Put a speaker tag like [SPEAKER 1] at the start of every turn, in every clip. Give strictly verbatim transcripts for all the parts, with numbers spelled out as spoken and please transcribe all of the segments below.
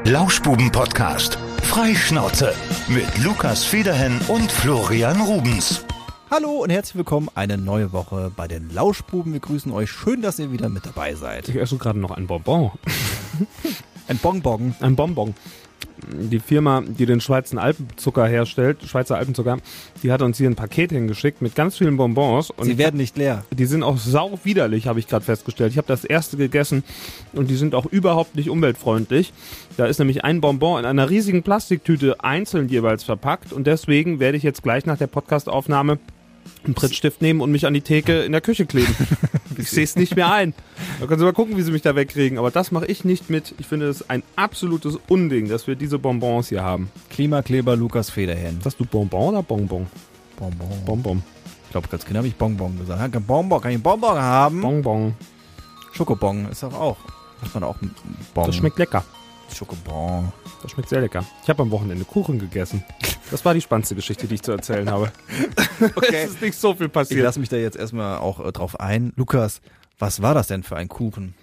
[SPEAKER 1] Lauschbuben-Podcast. Freischnauze mit Lukas Federhen und Florian Rubens.
[SPEAKER 2] Hallo und herzlich willkommen, eine neue Woche bei den Lauschbuben. Wir grüßen euch, schön, dass ihr wieder mit dabei seid.
[SPEAKER 3] Ich esse gerade noch ein Bonbon.
[SPEAKER 2] Ein Bonbon.
[SPEAKER 3] Ein Bonbon. Die Firma, die den Schweizer Alpenzucker herstellt, Schweizer Alpenzucker, die hat uns hier ein Paket hingeschickt mit ganz vielen Bonbons. Und
[SPEAKER 2] Sie werden nicht leer.
[SPEAKER 3] Die sind auch sau widerlich, habe ich gerade festgestellt. Ich habe das erste gegessen und die sind auch überhaupt nicht umweltfreundlich. Da ist nämlich ein Bonbon in einer riesigen Plastiktüte einzeln jeweils verpackt und deswegen werde ich jetzt gleich nach der Podcastaufnahme einen Prittstift nehmen und mich an die Theke in der Küche kleben. Ich sehe es nicht mehr ein. Da können Sie mal gucken, wie Sie mich da wegkriegen. Aber das mache ich nicht mit. Ich finde, das ist ein absolutes Unding, dass wir diese Bonbons hier haben.
[SPEAKER 2] Klimakleber Lukas Federhen.
[SPEAKER 3] Sagst du Bonbon oder Bonbon?
[SPEAKER 2] Bonbon.
[SPEAKER 3] Bonbon.
[SPEAKER 2] Ich glaube, als Kind habe ich Bonbon gesagt. Ja, Bonbon, kann ich Bonbon haben?
[SPEAKER 3] Bonbon.
[SPEAKER 2] Schokobon ist doch auch. Macht man auch einen Bon.
[SPEAKER 3] Das schmeckt lecker.
[SPEAKER 2] Schokobon.
[SPEAKER 3] Das schmeckt sehr lecker. Ich habe am Wochenende Kuchen gegessen. Das war die spannendste Geschichte, die ich zu erzählen habe.
[SPEAKER 2] Okay.
[SPEAKER 3] Es ist nicht so viel
[SPEAKER 2] Ich
[SPEAKER 3] passiert.
[SPEAKER 2] lasse mich da jetzt erstmal auch äh, drauf ein. Lukas, was war das denn für ein Kuchen?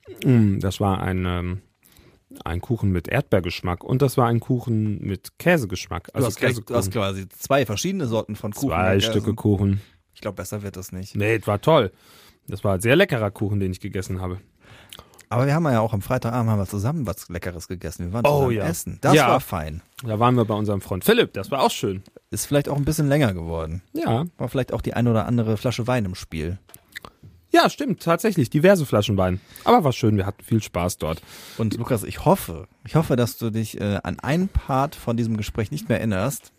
[SPEAKER 3] Mm, das war ein, ähm, ein Kuchen mit Erdbeergeschmack und das war ein Kuchen mit Käsegeschmack. Also
[SPEAKER 2] du, hast gleich, du hast quasi zwei verschiedene Sorten von Kuchen.
[SPEAKER 3] Zwei
[SPEAKER 2] gegessen.
[SPEAKER 3] Stücke Kuchen.
[SPEAKER 2] Ich glaube, besser wird das nicht.
[SPEAKER 3] Nee, das war toll. Das war ein sehr leckerer Kuchen, den ich gegessen habe.
[SPEAKER 2] Aber wir haben ja auch am Freitagabend haben wir zusammen was Leckeres gegessen. Wir waren
[SPEAKER 3] Oh,
[SPEAKER 2] zusammen
[SPEAKER 3] ja.
[SPEAKER 2] essen. Das
[SPEAKER 3] Ja.
[SPEAKER 2] war fein.
[SPEAKER 3] Da waren wir bei unserem Freund Philipp, das war auch schön.
[SPEAKER 2] Ist vielleicht auch ein bisschen länger geworden.
[SPEAKER 3] Ja.
[SPEAKER 2] War vielleicht auch die ein oder andere Flasche Wein im Spiel.
[SPEAKER 3] Ja, stimmt, tatsächlich, diverse Flaschen Wein. Aber war schön, wir hatten viel Spaß dort.
[SPEAKER 2] Und Lukas, ich hoffe, ich hoffe, dass du dich äh, an einen Part von diesem Gespräch nicht mehr erinnerst.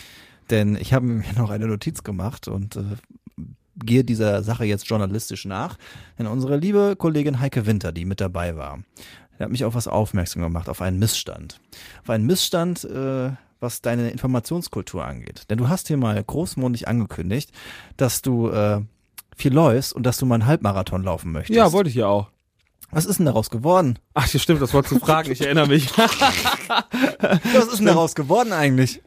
[SPEAKER 2] Denn ich habe mir noch eine Notiz gemacht und äh, gehe dieser Sache jetzt journalistisch nach. Denn unsere liebe Kollegin Heike Winter, die mit dabei war, die hat mich auf was aufmerksam gemacht, auf einen Missstand. Auf einen Missstand, äh, was deine Informationskultur angeht. Denn du hast hier mal großmundig angekündigt, dass du äh, viel läufst und dass du mal einen Halbmarathon laufen möchtest.
[SPEAKER 3] Ja, wollte ich ja auch.
[SPEAKER 2] Was ist denn daraus geworden?
[SPEAKER 3] Ach, ja, stimmt, das wolltest du fragen, ich erinnere mich.
[SPEAKER 2] Was ist denn daraus geworden eigentlich?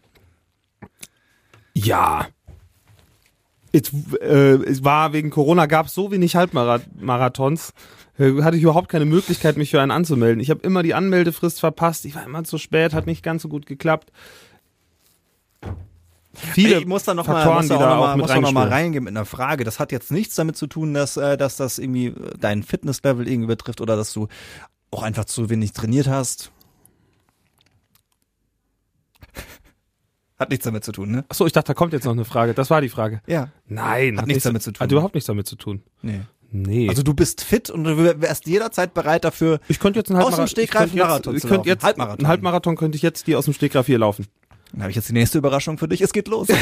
[SPEAKER 3] Ja. Jetzt, äh, es war wegen Corona, gab es so wenig Halbmarathons, äh, hatte ich überhaupt keine Möglichkeit, mich für einen anzumelden. Ich habe immer die Anmeldefrist verpasst, ich war immer zu spät, hat nicht ganz so gut geklappt. Viele
[SPEAKER 2] ich muss da noch
[SPEAKER 3] Faktoren,
[SPEAKER 2] mal, muss
[SPEAKER 3] die
[SPEAKER 2] da
[SPEAKER 3] da
[SPEAKER 2] auch noch
[SPEAKER 3] auch
[SPEAKER 2] mal,
[SPEAKER 3] mit
[SPEAKER 2] muss da noch mal
[SPEAKER 3] reinspielen.
[SPEAKER 2] reingehen mit einer Frage. Das hat jetzt nichts damit zu tun, dass, äh, dass das irgendwie dein Fitnesslevel irgendwie betrifft oder dass du auch einfach zu wenig trainiert hast. Hat nichts damit zu tun, ne?
[SPEAKER 3] Achso, ich dachte, da kommt jetzt noch eine Frage. Das war die Frage.
[SPEAKER 2] Ja.
[SPEAKER 3] Nein.
[SPEAKER 2] Hat nichts damit zu tun.
[SPEAKER 3] Hat überhaupt nichts damit zu tun.
[SPEAKER 2] Nee.
[SPEAKER 3] Nee.
[SPEAKER 2] Also du bist fit und du wärst jederzeit bereit dafür,
[SPEAKER 3] ich könnte jetzt einen
[SPEAKER 2] aus dem
[SPEAKER 3] Halbmarathon,
[SPEAKER 2] Stegreif
[SPEAKER 3] ich könnte
[SPEAKER 2] Marathon
[SPEAKER 3] jetzt,
[SPEAKER 2] zu
[SPEAKER 3] ich könnte
[SPEAKER 2] laufen.
[SPEAKER 3] jetzt
[SPEAKER 2] Halbmarathon.
[SPEAKER 3] Einen Halbmarathon könnte ich jetzt die aus dem Stegreif hier laufen.
[SPEAKER 2] Dann habe ich jetzt die nächste Überraschung für dich. Es geht los.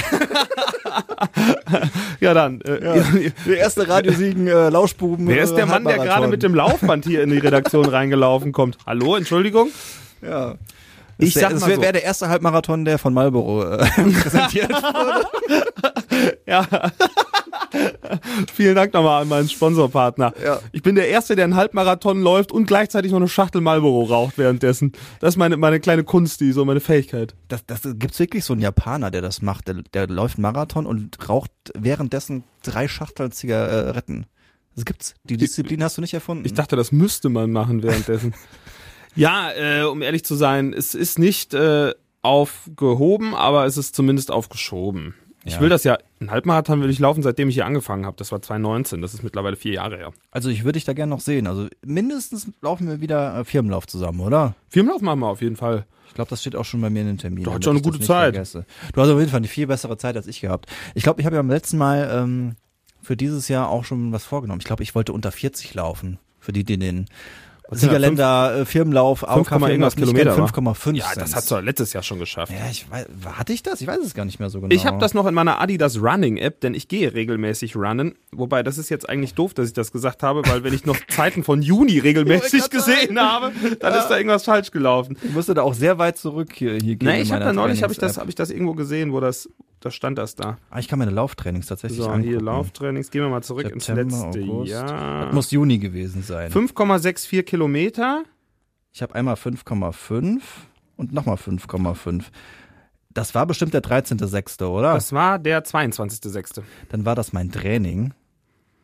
[SPEAKER 3] Ja, dann. Äh,
[SPEAKER 2] Ja. Der erste Radiosiegen äh, Lauschbuben.
[SPEAKER 3] Wer ist der
[SPEAKER 2] äh,
[SPEAKER 3] Mann, der gerade
[SPEAKER 2] Halbmarathon.
[SPEAKER 3] mit dem Laufband hier in die Redaktion reingelaufen kommt? Hallo, Entschuldigung?
[SPEAKER 2] Ja.
[SPEAKER 3] Ich
[SPEAKER 2] Das
[SPEAKER 3] sag
[SPEAKER 2] wär,
[SPEAKER 3] mal
[SPEAKER 2] das wäre
[SPEAKER 3] so.
[SPEAKER 2] wär der erste Halbmarathon, der von Marlboro äh, präsentiert wurde.
[SPEAKER 3] Ja. Vielen Dank nochmal an meinen Sponsorpartner.
[SPEAKER 2] Ja.
[SPEAKER 3] Ich bin der Erste, der einen Halbmarathon läuft und gleichzeitig noch eine Schachtel Marlboro raucht währenddessen. Das ist meine, meine kleine Kunst, die so meine Fähigkeit.
[SPEAKER 2] Das, das gibt's wirklich so einen Japaner, der das macht. Der, der läuft einen Marathon und raucht währenddessen drei Schachteln Zigaretten. Das gibt's. Die Disziplin hast du nicht erfunden.
[SPEAKER 3] Ich dachte, das müsste man machen währenddessen. Ja, äh, um ehrlich zu sein, es ist nicht äh, aufgehoben, aber es ist zumindest aufgeschoben. Ich
[SPEAKER 2] Ja.
[SPEAKER 3] will das ja, einen Halbmarathon will ich laufen, seitdem ich hier angefangen habe. Das war zwanzig neunzehn, das ist mittlerweile vier Jahre her.
[SPEAKER 2] also ich würde dich da gerne noch sehen. Also mindestens laufen wir wieder äh, Firmenlauf zusammen, oder?
[SPEAKER 3] Firmenlauf machen wir auf jeden Fall.
[SPEAKER 2] Ich glaube, das steht auch schon bei mir in den Termin.
[SPEAKER 3] Du hattest
[SPEAKER 2] damit
[SPEAKER 3] schon eine
[SPEAKER 2] ich das
[SPEAKER 3] gute
[SPEAKER 2] nicht
[SPEAKER 3] Zeit.
[SPEAKER 2] vergesse. Du hast auf jeden Fall eine viel bessere Zeit als ich gehabt. Ich glaube, ich habe ja beim letzten Mal ähm, für dieses Jahr auch schon was vorgenommen. Ich glaube, ich wollte unter vierzig laufen. Für die, die den
[SPEAKER 3] Was sind da,
[SPEAKER 2] Siegerländer äh, Firmenlauf, A O K
[SPEAKER 3] fünf, irgendwas Kilometer, wa?
[SPEAKER 2] fünf Komma fünf
[SPEAKER 3] Ja, das hast du ja letztes Jahr schon geschafft.
[SPEAKER 2] Ja, ich weiß, hatte ich das? Ich weiß es gar nicht mehr so genau.
[SPEAKER 3] Ich habe das noch in meiner Adidas Running App, denn ich gehe regelmäßig runnen. Wobei, das ist jetzt eigentlich doof, dass ich das gesagt habe, weil wenn ich noch Zeiten von Juni regelmäßig
[SPEAKER 2] Ich wollte grad
[SPEAKER 3] gesehen habe, dann ist da irgendwas falsch gelaufen.
[SPEAKER 2] Ich musste da auch sehr weit zurück hier, hier gehen.
[SPEAKER 3] Nee,
[SPEAKER 2] in
[SPEAKER 3] ich habe
[SPEAKER 2] meiner
[SPEAKER 3] da neulich hab ich das,
[SPEAKER 2] Trainings-App.
[SPEAKER 3] hab ich das irgendwo gesehen, wo das, da stand das da.
[SPEAKER 2] Ah, ich kann meine Lauftrainings tatsächlich
[SPEAKER 3] So,
[SPEAKER 2] angucken.
[SPEAKER 3] hier Lauftrainings. Gehen wir mal zurück
[SPEAKER 2] September,
[SPEAKER 3] ins letzte
[SPEAKER 2] August.
[SPEAKER 3] Jahr.
[SPEAKER 2] Das muss Juni gewesen sein.
[SPEAKER 3] fünf Komma vierundsechzig Kilometer.
[SPEAKER 2] Ich habe einmal fünf Komma fünf und nochmal fünf Komma fünf. Das war bestimmt der dreizehnte sechste, oder?
[SPEAKER 3] Das war der zweiundzwanzigste sechste
[SPEAKER 2] Dann war das mein Training.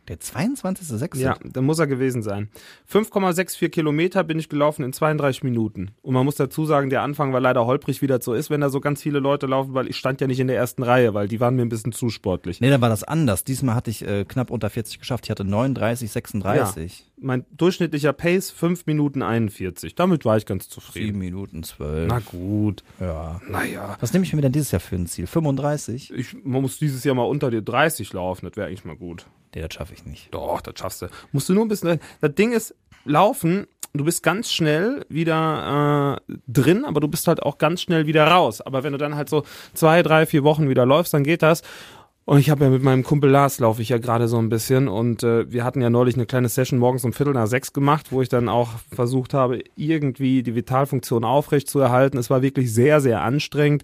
[SPEAKER 2] Der zweiundzwanzigster sechste
[SPEAKER 3] Ja, da muss er gewesen sein. fünf Komma vierundsechzig Kilometer bin ich gelaufen in zweiunddreißig Minuten. Und man muss dazu sagen, der Anfang war leider holprig, wie das so ist, wenn da so ganz viele Leute laufen, weil ich stand ja nicht in der ersten Reihe, weil die waren mir ein bisschen zu sportlich.
[SPEAKER 2] Nee, dann war das anders. Diesmal hatte ich äh, knapp unter vierzig geschafft. Ich hatte neununddreißig sechsunddreißig.
[SPEAKER 3] Ja, mein durchschnittlicher Pace fünf Minuten einundvierzig. Damit war ich ganz zufrieden.
[SPEAKER 2] sieben Minuten zwölf.
[SPEAKER 3] Na gut.
[SPEAKER 2] Ja.
[SPEAKER 3] Naja.
[SPEAKER 2] Was nehme ich mir denn dieses Jahr für ein Ziel? fünfunddreißig?
[SPEAKER 3] Ich, man muss dieses Jahr mal unter die dreißig laufen, das wäre eigentlich mal gut.
[SPEAKER 2] Nee, das schaffe ich nicht.
[SPEAKER 3] Doch, das schaffst du. Musst du nur ein bisschen. Das Ding ist, laufen, du bist ganz schnell wieder äh, drin, aber du bist halt auch ganz schnell wieder raus. Aber wenn du dann halt so zwei, drei, vier Wochen wieder läufst, dann geht das. Und ich habe ja mit meinem Kumpel Lars laufe ich ja gerade so ein bisschen und äh, wir hatten ja neulich eine kleine Session morgens um Viertel nach sechs gemacht, wo ich dann auch versucht habe, irgendwie die Vitalfunktion aufrecht zu erhalten. Es war wirklich sehr, sehr anstrengend.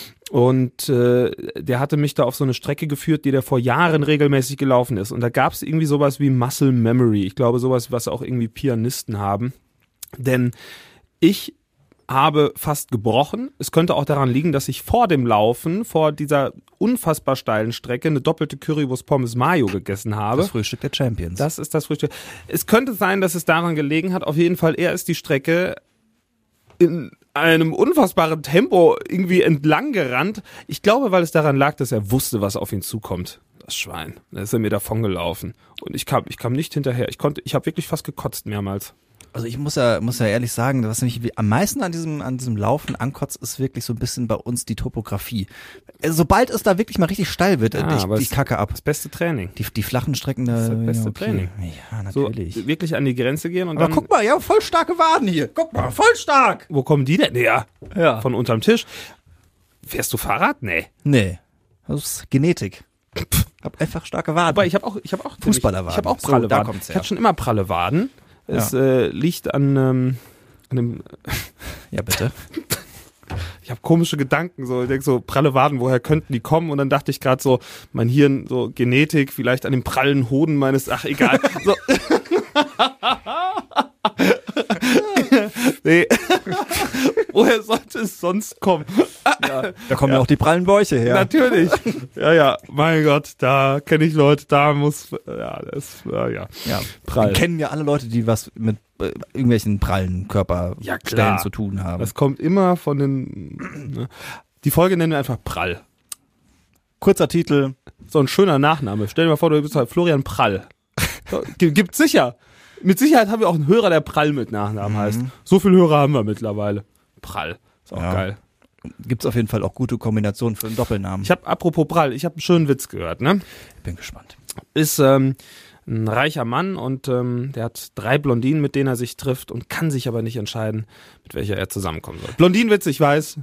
[SPEAKER 3] Und äh, der hatte mich da auf so eine Strecke geführt, die der vor Jahren regelmäßig gelaufen ist. Und da gab es irgendwie sowas wie Muscle Memory. Ich glaube, sowas, was auch irgendwie Pianisten haben. Denn ich habe fast gebrochen. Es könnte auch daran liegen, dass ich vor dem Laufen, vor dieser unfassbar steilen Strecke, eine doppelte Currywurst Pommes Mayo gegessen habe.
[SPEAKER 2] Das Frühstück der Champions.
[SPEAKER 3] Das ist das Frühstück. Es könnte sein, dass es daran gelegen hat. Auf jeden Fall, er ist die Strecke in einem unfassbaren Tempo irgendwie entlang gerannt. Ich glaube, weil es daran lag, dass er wusste, was auf ihn zukommt. Das Schwein. Da ist er mir davon gelaufen. Und ich kam, ich kam nicht hinterher. Ich konnte, ich habe wirklich fast gekotzt mehrmals.
[SPEAKER 2] Also ich muss ja, muss ja ehrlich sagen, was mich am meisten an diesem, an diesem Laufen ankotzt, ist wirklich so ein bisschen bei uns die Topografie. Sobald es da wirklich mal richtig steil wird,
[SPEAKER 3] Ja,
[SPEAKER 2] ich,
[SPEAKER 3] aber
[SPEAKER 2] ich kacke ab.
[SPEAKER 3] Das beste Training.
[SPEAKER 2] Die, die flachen Strecken, da,
[SPEAKER 3] Das ist das beste
[SPEAKER 2] ja, okay.
[SPEAKER 3] Training.
[SPEAKER 2] Ja,
[SPEAKER 3] So
[SPEAKER 2] natürlich.
[SPEAKER 3] wirklich an die Grenze gehen und
[SPEAKER 2] Aber
[SPEAKER 3] dann.
[SPEAKER 2] guck mal, ja, voll starke Waden hier. Guck mal, voll stark.
[SPEAKER 3] Wo kommen die denn her?
[SPEAKER 2] Ja.
[SPEAKER 3] Von unterm Tisch. Fährst du Fahrrad? Nee.
[SPEAKER 2] Nee, das ist Genetik. Hab einfach starke Waden.
[SPEAKER 3] Aber ich habe auch, ich habe auch
[SPEAKER 2] Fußballerwaden.
[SPEAKER 3] Ich habe auch
[SPEAKER 2] So,
[SPEAKER 3] pralle
[SPEAKER 2] da
[SPEAKER 3] Waden.
[SPEAKER 2] kommt's
[SPEAKER 3] Ich
[SPEAKER 2] her.
[SPEAKER 3] hatte schon immer pralle Waden. Es
[SPEAKER 2] Ja.
[SPEAKER 3] äh, liegt an, ähm, an dem.
[SPEAKER 2] Ja, bitte.
[SPEAKER 3] Ich habe komische Gedanken, so ich denk so pralle Waden, woher könnten die kommen? Und dann dachte ich gerade so, mein Hirn, so Genetik, vielleicht an dem prallen Hoden meines, ach egal. So. Nee. Woher sollte es sonst kommen?
[SPEAKER 2] Ja, da kommen ja auch die prallen Bäuche her.
[SPEAKER 3] Natürlich. Ja, ja, mein Gott, da kenne ich Leute, da muss, ja, das, äh, ja.
[SPEAKER 2] Ja,
[SPEAKER 3] Prall.
[SPEAKER 2] Wir kennen ja alle Leute, die was mit äh, irgendwelchen prallen Körperstellen
[SPEAKER 3] Ja, klar.
[SPEAKER 2] zu tun haben.
[SPEAKER 3] Das kommt immer von den, ne? Die Folge nennen wir einfach Prall.
[SPEAKER 2] Kurzer Titel.
[SPEAKER 3] So ein schöner Nachname. Stell dir mal vor, du bist halt Florian Prall. So, gi- gibt's sicher. Mit Sicherheit haben wir auch einen Hörer, der Prall mit Nachnamen heißt. So viele Hörer haben wir mittlerweile. Prall. Ist auch
[SPEAKER 2] Ja.
[SPEAKER 3] geil.
[SPEAKER 2] Gibt's auf jeden Fall auch gute Kombinationen für einen Doppelnamen.
[SPEAKER 3] Ich habe, apropos Prall, ich habe einen schönen Witz gehört, ne?
[SPEAKER 2] bin gespannt.
[SPEAKER 3] Ist ähm, ein reicher Mann und ähm, der hat drei Blondinen, mit denen er sich trifft und kann sich aber nicht entscheiden, mit welcher er zusammenkommen soll. Blondinenwitz, ich weiß.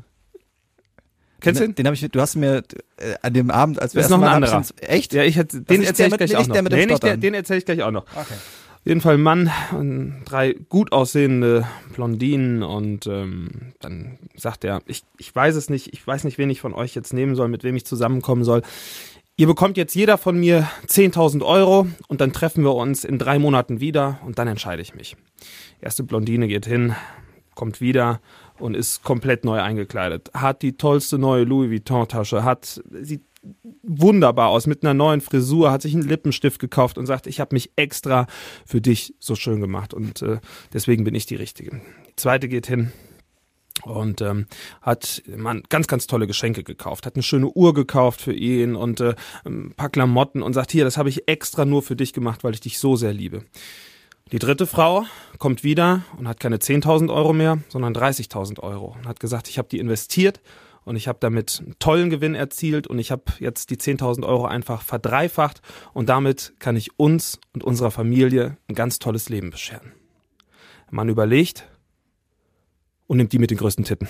[SPEAKER 3] Kennst du
[SPEAKER 2] den?
[SPEAKER 3] den?
[SPEAKER 2] Den habe ich, du hast mir äh, an dem Abend, als wir
[SPEAKER 3] Das ist noch
[SPEAKER 2] erst
[SPEAKER 3] ein
[SPEAKER 2] mal
[SPEAKER 3] anderer.
[SPEAKER 2] abends- Echt?
[SPEAKER 3] Ja, ich hätte,
[SPEAKER 2] Das
[SPEAKER 3] den
[SPEAKER 2] ist
[SPEAKER 3] erzähle
[SPEAKER 2] der
[SPEAKER 3] ich
[SPEAKER 2] mit-
[SPEAKER 3] gleich auch
[SPEAKER 2] nicht
[SPEAKER 3] noch.
[SPEAKER 2] der mit dem
[SPEAKER 3] nee, nicht der,
[SPEAKER 2] Stottern.
[SPEAKER 3] den erzähle ich gleich auch noch.
[SPEAKER 2] Okay.
[SPEAKER 3] Auf jeden Fall ein Mann und drei gut aussehende Blondinen und ähm, dann sagt er, ich, ich weiß es nicht, ich weiß nicht, wen ich von euch jetzt nehmen soll, mit wem ich zusammenkommen soll. Ihr bekommt jetzt jeder von mir zehntausend Euro und dann treffen wir uns in drei Monaten wieder und dann entscheide ich mich. Erste Blondine geht hin, kommt wieder und ist komplett neu eingekleidet. Hat die tollste neue Louis Vuitton-Tasche, hat, sieht wunderbar aus, mit einer neuen Frisur, hat sich einen Lippenstift gekauft und sagt, ich habe mich extra für dich so schön gemacht und äh, deswegen bin ich die Richtige. Die zweite geht hin und ähm, hat man ganz, ganz tolle Geschenke gekauft, hat eine schöne Uhr gekauft für ihn und äh, ein paar Klamotten und sagt, hier, das habe ich extra nur für dich gemacht, weil ich dich so sehr liebe. Die dritte Frau kommt wieder und hat keine zehntausend Euro mehr, sondern dreißigtausend Euro und hat gesagt, ich habe die investiert und ich habe damit einen tollen Gewinn erzielt und ich habe jetzt die zehntausend Euro einfach verdreifacht und damit kann ich uns und unserer Familie ein ganz tolles Leben bescheren. Der Mann überlegt und nimmt die mit den größten Titten.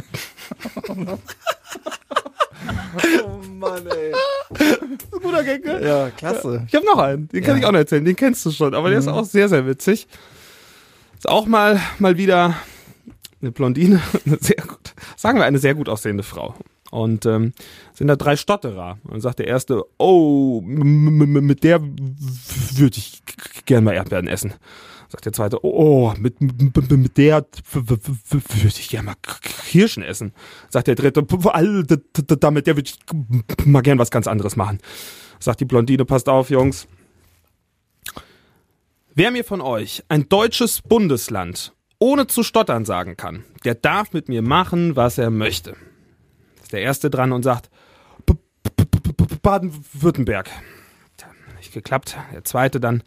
[SPEAKER 2] Oh Mann, ey.
[SPEAKER 3] Guter Gag, ne?
[SPEAKER 2] Ja, klasse.
[SPEAKER 3] Ich habe noch einen, den kann
[SPEAKER 2] Ja.
[SPEAKER 3] ich auch noch erzählen, den kennst du schon, aber der ist auch sehr, sehr witzig. Ist auch mal, mal wieder eine Blondine, eine sehr gut, sagen wir eine sehr gut aussehende Frau. Und ähm, sind da drei Stotterer. Und dann sagt der erste, oh, m- m- mit der würde ich gern mal Erdbeeren essen. Sagt der zweite, oh, mit, mit, mit der würde ich gerne mal Kirschen essen. Sagt der dritte, damit der würde ich mal gern was ganz anderes machen. Sagt die Blondine, passt auf, Jungs. Wer mir von euch ein deutsches Bundesland ohne zu stottern sagen kann, der darf mit mir machen, was er möchte. Ist der Erste dran und sagt Baden-Württemberg. Tja, nicht geklappt. Der Zweite dann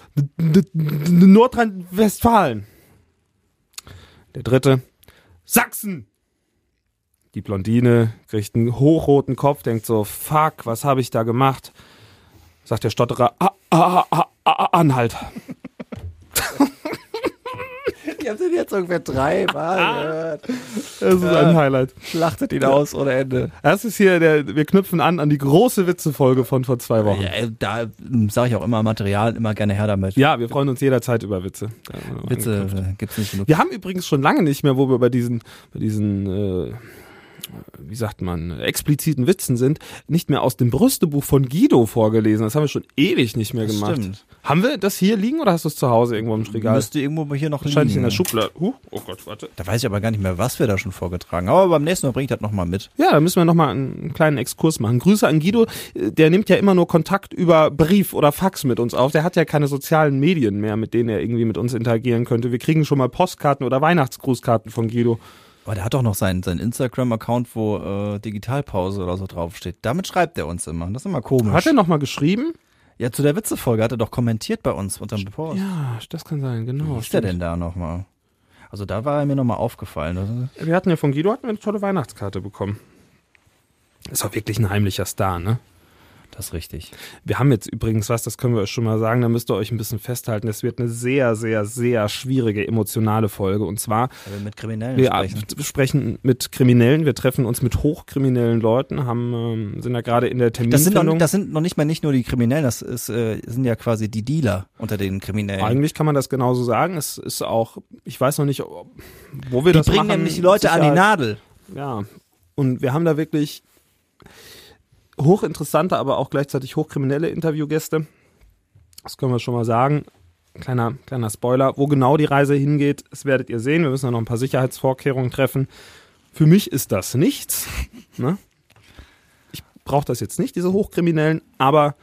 [SPEAKER 3] Nordrhein-Westfalen. Der Dritte Sachsen. Die Blondine kriegt einen hochroten Kopf, denkt so, fuck, was habe ich da gemacht? Sagt der Stotterer, ah, ah, ah, ah, Anhalt.
[SPEAKER 2] Ich habe den jetzt ungefähr dreimal gehört.
[SPEAKER 3] Das ist ein Highlight.
[SPEAKER 2] Schlachtet ihn aus ohne Ende.
[SPEAKER 3] Das ist hier, der, wir knüpfen an an die große Witzefolge von vor zwei Wochen.
[SPEAKER 2] Ja, da sage ich auch immer Material, immer gerne her damit.
[SPEAKER 3] Ja, wir freuen uns jederzeit über Witze.
[SPEAKER 2] Witze äh, gibt's nicht genug.
[SPEAKER 3] Wir haben übrigens schon lange nicht mehr, wo wir bei diesen, bei diesen äh, wie sagt man, expliziten Witzen sind, nicht mehr aus dem Brüstebuch von Guido vorgelesen. Das haben wir schon ewig nicht mehr
[SPEAKER 2] Das
[SPEAKER 3] gemacht.
[SPEAKER 2] stimmt.
[SPEAKER 3] Haben wir das hier liegen oder hast du es zu Hause irgendwo im Regal?
[SPEAKER 2] Müsste irgendwo hier noch
[SPEAKER 3] Wahrscheinlich
[SPEAKER 2] liegen.
[SPEAKER 3] in der Schublade. Huh, oh Gott, warte.
[SPEAKER 2] Da weiß ich aber gar nicht mehr, was wir da schon vorgetragen haben. Aber beim nächsten Mal bringe ich das nochmal mit.
[SPEAKER 3] Ja, da müssen wir nochmal einen kleinen Exkurs machen. Grüße an Guido, der nimmt ja immer nur Kontakt über Brief oder Fax mit uns auf. Der hat ja keine sozialen Medien mehr, mit denen er irgendwie mit uns interagieren könnte. Wir kriegen schon mal Postkarten oder Weihnachtsgrußkarten von Guido.
[SPEAKER 2] Aber der hat doch noch seinen, seinen Instagram-Account, wo äh, Digitalpause oder so draufsteht. Damit schreibt er uns immer. Das ist immer komisch.
[SPEAKER 3] Hat er nochmal geschrieben?
[SPEAKER 2] Ja, zu der Witzefolge hat er doch kommentiert bei uns unterm Post.
[SPEAKER 3] Ja, das kann sein, genau.
[SPEAKER 2] Wie ist der denn da nochmal? Also da war er mir nochmal aufgefallen.
[SPEAKER 3] Wir hatten ja von Guido hatten wir eine tolle Weihnachtskarte bekommen. Ist auch wirklich ein heimlicher Star, ne?
[SPEAKER 2] Das ist richtig.
[SPEAKER 3] Wir haben jetzt übrigens was, das können wir euch schon mal sagen, da müsst ihr euch ein bisschen festhalten. Es wird eine sehr, sehr, sehr schwierige emotionale Folge. Und zwar,
[SPEAKER 2] Weil wir mit Kriminellen
[SPEAKER 3] wir
[SPEAKER 2] sprechen.
[SPEAKER 3] sprechen mit Kriminellen, wir treffen uns mit hochkriminellen Leuten, haben, ähm, sind da gerade in der
[SPEAKER 2] Das sind,
[SPEAKER 3] Terminfindung.
[SPEAKER 2] noch, das sind noch nicht mal nicht nur die Kriminellen, das ist, äh, sind ja quasi die Dealer unter den Kriminellen.
[SPEAKER 3] Eigentlich kann man das genauso sagen. Es ist auch, ich weiß noch nicht, ob- wo wir
[SPEAKER 2] Die
[SPEAKER 3] das
[SPEAKER 2] bringen
[SPEAKER 3] machen.
[SPEAKER 2] nämlich die Leute an die
[SPEAKER 3] Sicherheit-
[SPEAKER 2] Nadel.
[SPEAKER 3] Ja, und wir haben da wirklich hochinteressante, aber auch gleichzeitig hochkriminelle Interviewgäste. Das können wir schon mal sagen. Kleiner, kleiner Spoiler. Wo genau die Reise hingeht, das werdet ihr sehen. Wir müssen ja noch ein paar Sicherheitsvorkehrungen treffen. Für mich ist das nichts. Ne? Ich brauche das jetzt nicht, diese Hochkriminellen, aber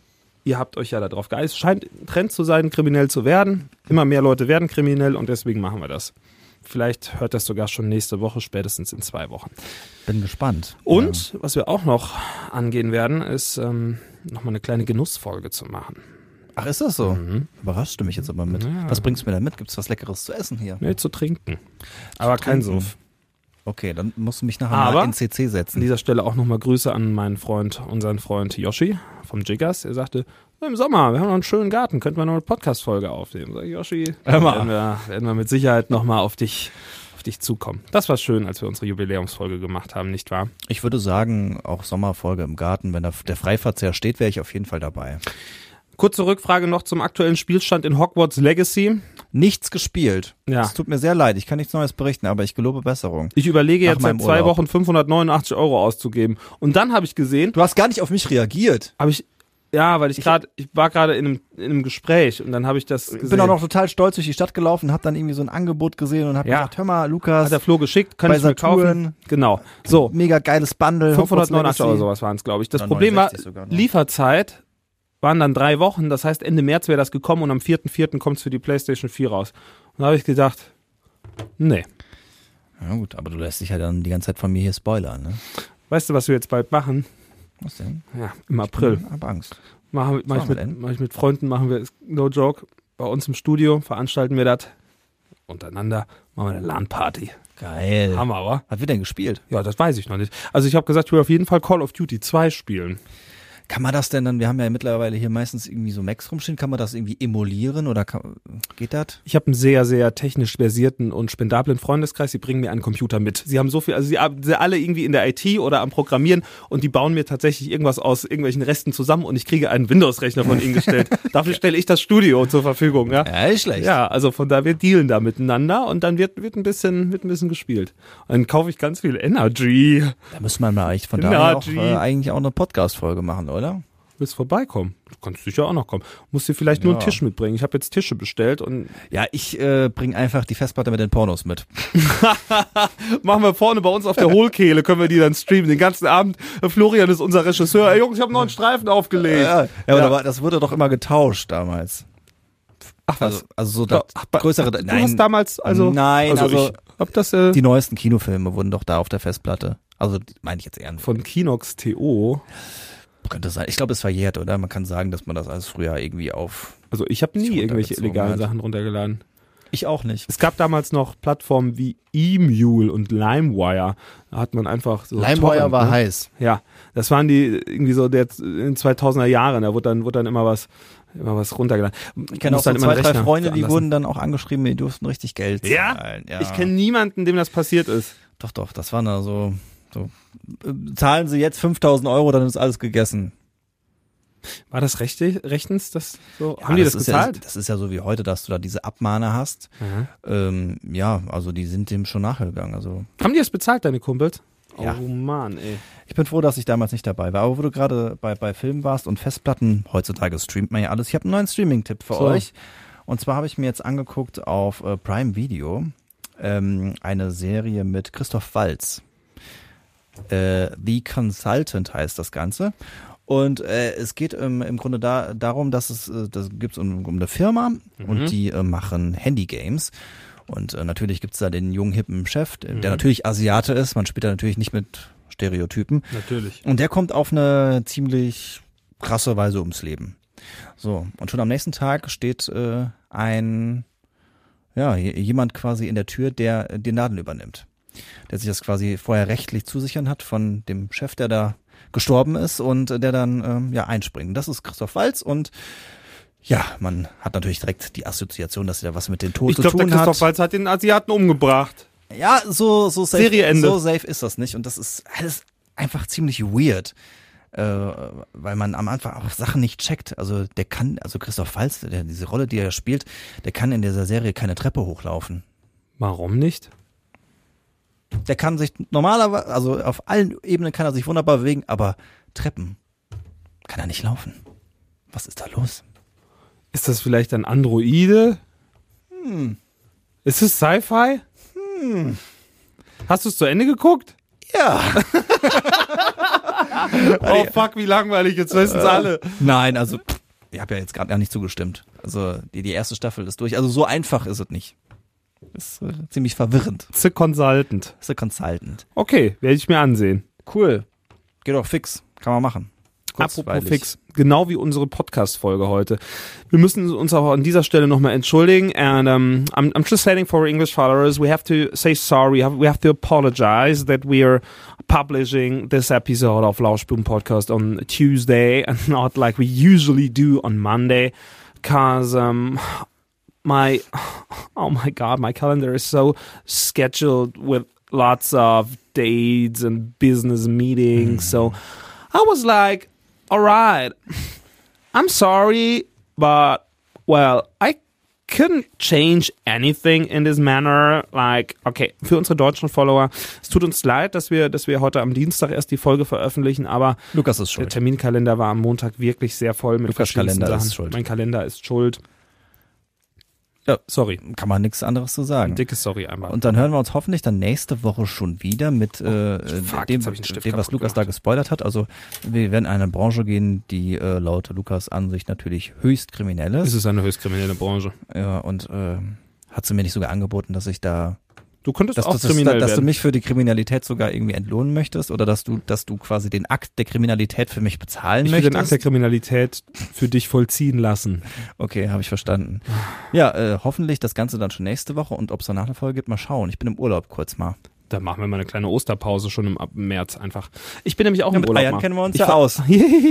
[SPEAKER 3] ihr habt euch ja darauf geeinigt. Es scheint ein Trend zu sein, kriminell zu werden. Immer mehr Leute werden kriminell und deswegen machen wir das. Vielleicht hört das sogar schon nächste Woche, spätestens in zwei Wochen.
[SPEAKER 2] Bin gespannt.
[SPEAKER 3] Und was wir auch noch angehen werden, ist ähm, nochmal eine kleine Genussfolge zu machen.
[SPEAKER 2] Ach, ist das so?
[SPEAKER 3] Mhm.
[SPEAKER 2] Überrascht du mich jetzt aber mit.
[SPEAKER 3] Ja.
[SPEAKER 2] Was bringst du mir da mit? Gibt's was Leckeres zu essen hier?
[SPEAKER 3] Nee, zu trinken. Aber kein
[SPEAKER 2] trinken.
[SPEAKER 3] Suff.
[SPEAKER 2] Okay, dann musst du mich nachher
[SPEAKER 3] Aber-
[SPEAKER 2] mal in C C
[SPEAKER 3] An
[SPEAKER 2] setzen.
[SPEAKER 3] dieser Stelle auch nochmal Grüße an meinen Freund, unseren Freund Yoshi vom Jiggers. Er sagte, im Sommer, wir haben noch einen schönen Garten, könnten wir noch eine Podcast-Folge aufnehmen. Sag ich, Yoshi,
[SPEAKER 2] Hör mal.
[SPEAKER 3] werden wir, werden wir mit Sicherheit nochmal auf dich, auf dich zukommen. Das war schön, als wir unsere Jubiläumsfolge gemacht haben, nicht wahr?
[SPEAKER 2] Ich würde sagen, auch Sommerfolge im Garten. Wenn da der Freiverzehr steht, wäre ich auf jeden Fall dabei.
[SPEAKER 3] Kurze Rückfrage noch zum aktuellen Spielstand in Hogwarts Legacy.
[SPEAKER 2] Nichts gespielt.
[SPEAKER 3] Ja.
[SPEAKER 2] Es tut mir sehr leid. Ich kann nichts Neues berichten, aber ich gelobe Besserung.
[SPEAKER 3] Ich überlege
[SPEAKER 2] Nach
[SPEAKER 3] jetzt seit
[SPEAKER 2] meinem
[SPEAKER 3] zwei
[SPEAKER 2] Urlaub.
[SPEAKER 3] Wochen fünfhundertneunundachtzig Euro auszugeben. Und dann habe ich gesehen,
[SPEAKER 2] Du hast gar nicht auf mich reagiert.
[SPEAKER 3] habe ich, ja, weil ich gerade, ich war gerade in einem, in einem Gespräch und dann habe ich das gesehen.
[SPEAKER 2] Ich bin auch noch total stolz durch die Stadt gelaufen, hab dann irgendwie so ein Angebot gesehen und hab
[SPEAKER 3] Ja.
[SPEAKER 2] gesagt, hör mal, Lukas,
[SPEAKER 3] Hat der Flo geschickt, kann
[SPEAKER 2] bei
[SPEAKER 3] ich mir kaufen.
[SPEAKER 2] Saturn.
[SPEAKER 3] Genau. So,
[SPEAKER 2] mega geiles Bundle.
[SPEAKER 3] fünfhundertneunundachtzig Euro
[SPEAKER 2] Hogwarts
[SPEAKER 3] sowas waren es, glaube ich. Das
[SPEAKER 2] Oder
[SPEAKER 3] Problem war,
[SPEAKER 2] neunundsechzig sogar noch.
[SPEAKER 3] Lieferzeit waren dann drei Wochen. Das heißt, Ende März wäre das gekommen und am vierten vierten kommt es für die PlayStation vier raus. Und da habe ich gedacht, nee.
[SPEAKER 2] Legacy. Ja gut, aber du lässt dich ja dann die ganze Zeit von mir hier spoilern, ne?
[SPEAKER 3] Weißt du, was wir jetzt bald machen?
[SPEAKER 2] Was denn?
[SPEAKER 3] Ja, im April.
[SPEAKER 2] Ich hab Angst.
[SPEAKER 3] Machen, mach
[SPEAKER 2] Was
[SPEAKER 3] ich
[SPEAKER 2] machen wir
[SPEAKER 3] mit,
[SPEAKER 2] denn?
[SPEAKER 3] mach ich mit Freunden, machen wir, no joke, bei uns im Studio veranstalten wir das untereinander, machen wir eine LAN-Party.
[SPEAKER 2] Geil.
[SPEAKER 3] Hammer, wa?
[SPEAKER 2] Was wird denn gespielt?
[SPEAKER 3] Ja, das weiß ich noch nicht. Also ich habe gesagt, ich will auf jeden Fall Call of Duty zwei spielen.
[SPEAKER 2] Kann man das denn dann, wir haben ja mittlerweile hier meistens irgendwie so Macs rumstehen, kann man das irgendwie emulieren oder kann, geht das?
[SPEAKER 3] Ich habe einen sehr, sehr technisch versierten und spendablen Freundeskreis, die bringen mir einen Computer mit. Sie haben so viel, also sie sind alle irgendwie in der I T oder am Programmieren und die bauen mir tatsächlich irgendwas aus irgendwelchen Resten zusammen und ich kriege einen Windows-Rechner von ihnen gestellt. Dafür stelle ich das Studio zur Verfügung. Ja,
[SPEAKER 2] Ja, ist schlecht.
[SPEAKER 3] ja, also von da, wir dealen da miteinander und dann wird, wird, ein, bisschen, wird ein bisschen gespielt. Und dann kaufe ich ganz viel Energy.
[SPEAKER 2] Da müsste man mal echt von
[SPEAKER 3] Na,
[SPEAKER 2] daher auch,
[SPEAKER 3] G.
[SPEAKER 2] äh, eigentlich auch eine Podcast-Folge machen, oder?
[SPEAKER 3] Willst vorbeikommen? Du kannst sicher auch noch kommen. Musst dir vielleicht nur
[SPEAKER 2] Ja.
[SPEAKER 3] einen Tisch mitbringen. Ich habe jetzt Tische bestellt und
[SPEAKER 2] Ja, ich äh, bringe einfach die Festplatte mit den Pornos mit.
[SPEAKER 3] machen wir vorne bei uns auf der Hohlkehle, können wir die dann streamen, den ganzen Abend. Florian ist unser Regisseur. Ey Jungs, ich habe noch einen Streifen aufgelegt.
[SPEAKER 2] Ja, ja, aber da war- das wurde doch immer getauscht damals.
[SPEAKER 3] Ach was.
[SPEAKER 2] Also, also so das
[SPEAKER 3] Ach,
[SPEAKER 2] größere.
[SPEAKER 3] Du
[SPEAKER 2] Nein,
[SPEAKER 3] hast damals, also,
[SPEAKER 2] nein,
[SPEAKER 3] also,
[SPEAKER 2] also,
[SPEAKER 3] ich hab das äh,
[SPEAKER 2] die neuesten Kinofilme wurden doch da auf der Festplatte. Also meine ich jetzt eher.
[SPEAKER 3] von Kinox T O.
[SPEAKER 2] Könnte sein. Ich glaube, es verjährt, oder? Man kann sagen, dass man das alles früher irgendwie auf.
[SPEAKER 3] Also ich habe nie irgendwelche
[SPEAKER 2] runtergezogen
[SPEAKER 3] illegalen
[SPEAKER 2] hat.
[SPEAKER 3] Sachen runtergeladen.
[SPEAKER 2] Ich auch nicht.
[SPEAKER 3] Es gab damals noch Plattformen wie eMule und LimeWire. Da hat man einfach so
[SPEAKER 2] LimeWire
[SPEAKER 3] Torrent,
[SPEAKER 2] war
[SPEAKER 3] ne?
[SPEAKER 2] heiß.
[SPEAKER 3] Ja, das waren die irgendwie so der in den zweitausender Jahren. Da wurde dann, wurde dann immer was, immer was runtergeladen.
[SPEAKER 2] Ich kenne auch so
[SPEAKER 3] dann
[SPEAKER 2] zwei,
[SPEAKER 3] einen
[SPEAKER 2] drei
[SPEAKER 3] Rechner
[SPEAKER 2] Freunde, die
[SPEAKER 3] veranlassen.
[SPEAKER 2] wurden dann auch angeschrieben, die durften richtig Geld
[SPEAKER 3] Ja?
[SPEAKER 2] zahlen. Ja,
[SPEAKER 3] Ich kenne niemanden, dem das passiert ist.
[SPEAKER 2] Doch, doch, das waren da so, so. äh, Zahlen Sie jetzt fünftausend Euro, dann ist alles gegessen.
[SPEAKER 3] War das rechte, rechtens? Das so?
[SPEAKER 2] Ja,
[SPEAKER 3] Haben die das,
[SPEAKER 2] ist
[SPEAKER 3] gezahlt?
[SPEAKER 2] Ja, das ist ja so wie heute, dass du da diese Abmahne hast.
[SPEAKER 3] Mhm.
[SPEAKER 2] Ähm, ja, also die sind dem schon nachgegangen. Also
[SPEAKER 3] Haben die das bezahlt, deine Kumpels?
[SPEAKER 2] Ja.
[SPEAKER 3] Oh Mann, ey.
[SPEAKER 2] ich bin froh, dass ich damals nicht dabei war. Aber wo du gerade bei, bei Filmen warst und Festplatten, heutzutage streamt man ja alles. Ich habe einen neuen Streaming-Tipp für
[SPEAKER 3] So.
[SPEAKER 2] euch. Und zwar habe ich mir jetzt angeguckt auf äh, Prime Video ähm, eine Serie mit Christoph Waltz. Äh, The Consultant heißt das Ganze. Und äh, es geht ähm, im Grunde da, darum, dass es, äh, das gibt's um, um eine Firma und die äh, machen Handygames. Und äh, natürlich gibt's da den jungen, hippen Chef, der, der natürlich Asiate ist. Man spielt da natürlich nicht mit Stereotypen.
[SPEAKER 3] Natürlich.
[SPEAKER 2] Und der kommt auf eine ziemlich krasse Weise ums Leben. So, und schon am nächsten Tag steht äh, ein, ja, j- jemand quasi in der Tür, der den Laden übernimmt. Der sich das quasi vorher rechtlich zusichern hat von dem Chef, der da gestorben ist und äh, der dann ähm, ja einspringt. Das ist Christoph Waltz und ja, man hat natürlich direkt die Assoziation, dass er was mit dem Tod
[SPEAKER 3] Ich
[SPEAKER 2] zu
[SPEAKER 3] glaube, der
[SPEAKER 2] tun
[SPEAKER 3] Christoph
[SPEAKER 2] hat.
[SPEAKER 3] Waltz hat den Asiaten umgebracht.
[SPEAKER 2] Ja, so so safe,
[SPEAKER 3] Serieende.
[SPEAKER 2] so safe ist das nicht und das ist alles einfach ziemlich weird, äh, weil man am Anfang auch Sachen nicht checkt. Also der kann, also Christoph Waltz, der, diese Rolle, die er spielt, der kann in dieser Serie keine Treppe hochlaufen.
[SPEAKER 3] Warum nicht?
[SPEAKER 2] Der kann sich normalerweise, also auf allen Ebenen kann er sich wunderbar bewegen, aber Treppen kann er nicht laufen. Was ist da los?
[SPEAKER 3] Ist das vielleicht ein Androide?
[SPEAKER 2] Hm.
[SPEAKER 3] Ist es Sci-Fi?
[SPEAKER 2] Hm.
[SPEAKER 3] Hast du es zu Ende geguckt?
[SPEAKER 2] Ja.
[SPEAKER 3] Oh fuck, wie langweilig, jetzt wissen es alle.
[SPEAKER 2] Nein, also pff, ich habe ja jetzt gerade gar nicht zugestimmt. Also die, die erste Staffel ist durch. Also so einfach ist es nicht. Ist äh, ziemlich verwirrend.
[SPEAKER 3] The Consultant.
[SPEAKER 2] Ist der Consultant.
[SPEAKER 3] Okay, werde ich mir ansehen.
[SPEAKER 2] Cool. Geht doch fix. Kann man machen.
[SPEAKER 3] Apropos
[SPEAKER 2] Kurzweilig.
[SPEAKER 3] fix, genau wie unsere Podcast-Folge heute. Wir müssen uns auch an dieser Stelle nochmal entschuldigen. And um, I'm, I'm just saying for English followers, we have to say sorry. We have, we have to apologize that we are publishing this episode of Lauschbuben Podcast on Tuesday and not like we usually do on Monday. Because um, my, oh my God, my calendar is so scheduled with lots of dates and business meetings. Mm. So I was like, all right, I'm sorry, but, well, I couldn't change anything in this manner. Like, okay, für unsere deutschen Follower, es tut uns leid, dass wir, dass wir heute am Dienstag erst die Folge veröffentlichen, aber
[SPEAKER 2] Lukas ist
[SPEAKER 3] der
[SPEAKER 2] schuld.
[SPEAKER 3] Terminkalender war am Montag wirklich sehr voll mit
[SPEAKER 2] Lukas'
[SPEAKER 3] verschiedensten
[SPEAKER 2] Kalender ist
[SPEAKER 3] Sachen.
[SPEAKER 2] schuld.
[SPEAKER 3] Mein Kalender ist schuld.
[SPEAKER 2] Ja,
[SPEAKER 3] Sorry.
[SPEAKER 2] kann man nichts anderes zu sagen.
[SPEAKER 3] Ein dickes Sorry einmal.
[SPEAKER 2] Und dann hören wir uns hoffentlich dann nächste Woche schon wieder mit äh,
[SPEAKER 3] fuck,
[SPEAKER 2] dem,
[SPEAKER 3] jetzt hab ich einen Stift
[SPEAKER 2] dem, was
[SPEAKER 3] kaputt
[SPEAKER 2] Lukas da
[SPEAKER 3] gemacht.
[SPEAKER 2] gespoilert hat. Also wir werden in eine Branche gehen, die äh, laut Lukas Ansicht natürlich höchst kriminell
[SPEAKER 3] Es
[SPEAKER 2] ist.
[SPEAKER 3] ist eine höchst kriminelle Branche.
[SPEAKER 2] Ja, und äh, hat sie mir nicht sogar angeboten, dass ich da
[SPEAKER 3] Du könntest
[SPEAKER 2] dass,
[SPEAKER 3] auch
[SPEAKER 2] dass,
[SPEAKER 3] kriminell
[SPEAKER 2] dass, dass du
[SPEAKER 3] werden.
[SPEAKER 2] mich für die Kriminalität sogar irgendwie entlohnen möchtest oder dass du, dass du quasi den Akt der Kriminalität für mich bezahlen
[SPEAKER 3] Ich will
[SPEAKER 2] möchtest.
[SPEAKER 3] den Akt der Kriminalität für dich vollziehen lassen.
[SPEAKER 2] Okay, habe ich verstanden. Ja, äh, hoffentlich das Ganze dann schon nächste Woche und ob es danach eine Folge gibt, mal schauen. Ich bin im Urlaub kurz mal.
[SPEAKER 3] Da machen wir mal eine kleine Osterpause schon im ab März einfach. Ich bin nämlich auch
[SPEAKER 2] Ja,
[SPEAKER 3] im
[SPEAKER 2] mit
[SPEAKER 3] Urlaub.
[SPEAKER 2] Eiern
[SPEAKER 3] mal.
[SPEAKER 2] kennen wir uns
[SPEAKER 3] ich
[SPEAKER 2] ja
[SPEAKER 3] fahr-
[SPEAKER 2] aus.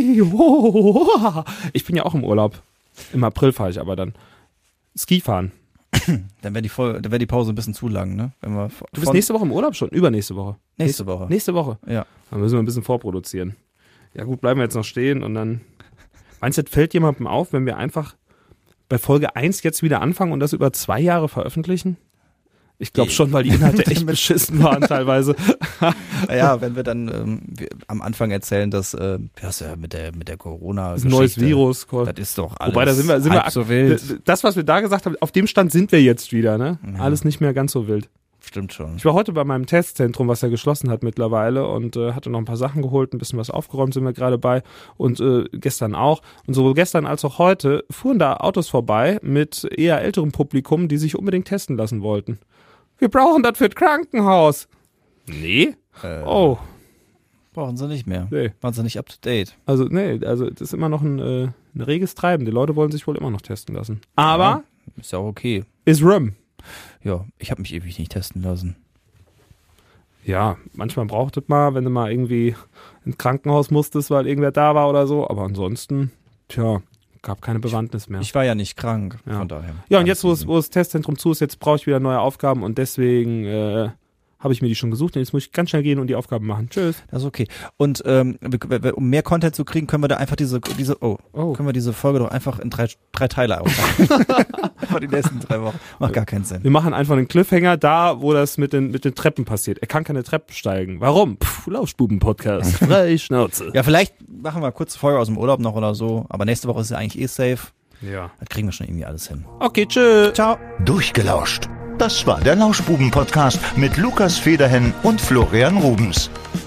[SPEAKER 3] Ich bin ja auch im Urlaub. Im April fahre ich aber dann. Ski fahren.
[SPEAKER 2] Dann wäre die, Folge- dann wär die Pause ein bisschen zu lang, ne? Wenn wir von,
[SPEAKER 3] Du bist nächste Woche im Urlaub schon? Übernächste Woche.
[SPEAKER 2] nächste Woche.
[SPEAKER 3] Nächste Woche.
[SPEAKER 2] Ja.
[SPEAKER 3] Dann müssen wir ein bisschen vorproduzieren. Ja gut, bleiben wir jetzt noch stehen und dann... Meinst du, das fällt jemandem auf, wenn wir einfach bei Folge eins jetzt wieder anfangen und das über zwei Jahre veröffentlichen? Ich glaube
[SPEAKER 2] Nee.
[SPEAKER 3] schon, weil die Inhalte echt beschissen waren teilweise.
[SPEAKER 2] Ja, wenn wir dann ähm, wir am Anfang erzählen, dass äh, das ja mit der mit der Corona
[SPEAKER 3] Das ist ein neues Virus.
[SPEAKER 2] das ist doch alles
[SPEAKER 3] Wobei, da sind wir, sind wir
[SPEAKER 2] halb so wild.
[SPEAKER 3] Das, was wir da gesagt haben, auf dem Stand sind wir jetzt wieder, ne?
[SPEAKER 2] Ja.
[SPEAKER 3] Alles nicht mehr ganz so wild.
[SPEAKER 2] Stimmt schon.
[SPEAKER 3] Ich war heute bei meinem Testzentrum, was er geschlossen hat mittlerweile und äh, hatte noch ein paar Sachen geholt, ein bisschen was aufgeräumt sind wir gerade bei und äh, gestern auch. Und sowohl gestern als auch heute fuhren da Autos vorbei mit eher älterem Publikum, die sich unbedingt testen lassen wollten. Wir brauchen das für das Krankenhaus. Nee?
[SPEAKER 2] Äh,
[SPEAKER 3] Oh.
[SPEAKER 2] Brauchen sie nicht mehr.
[SPEAKER 3] Nee.
[SPEAKER 2] Waren sie nicht up to date.
[SPEAKER 3] Also, nee, also das ist immer noch ein, äh, ein reges Treiben. Die Leute wollen sich wohl immer noch testen lassen. Aber
[SPEAKER 2] Ja, ist ja auch okay.
[SPEAKER 3] ist Rum.
[SPEAKER 2] Ja, ich habe mich ewig nicht testen lassen.
[SPEAKER 3] Ja, manchmal braucht es mal, wenn du mal irgendwie ins Krankenhaus musstest, weil irgendwer da war oder so. Aber ansonsten, tja, gab keine Bewandtnis mehr.
[SPEAKER 2] Ich war ja nicht krank,
[SPEAKER 3] Ja.
[SPEAKER 2] von daher.
[SPEAKER 3] Ja, und jetzt, wo es, wo das Testzentrum zu ist, jetzt brauche ich wieder neue Aufgaben und deswegen äh, habe ich mir die schon gesucht. Und jetzt muss ich ganz schnell gehen und die Aufgaben machen. Tschüss.
[SPEAKER 2] Das ist okay. Und ähm, wir- wir- um mehr Content zu kriegen, können wir da einfach diese, diese, oh,
[SPEAKER 3] Oh.
[SPEAKER 2] können wir diese Folge doch einfach in drei, drei Teile aufteilen. Von den nächsten drei Wochen. Macht gar keinen Sinn.
[SPEAKER 3] Wir machen einfach einen Cliffhanger da, wo das mit den, mit den Treppen passiert. Er kann keine Treppen steigen. Warum? Puh, Lauschbuben-Podcast. Frei Schnauze.
[SPEAKER 2] Ja, vielleicht machen wir kurz Folge aus dem Urlaub noch oder so, aber nächste Woche ist ja eigentlich eh safe.
[SPEAKER 3] Ja.
[SPEAKER 2] Das kriegen wir schon irgendwie alles hin.
[SPEAKER 3] Okay, tschüss.
[SPEAKER 2] Ciao.
[SPEAKER 1] Durchgelauscht. Das war der Lauschbuben-Podcast mit Lukas Federhen und Florian Rubens.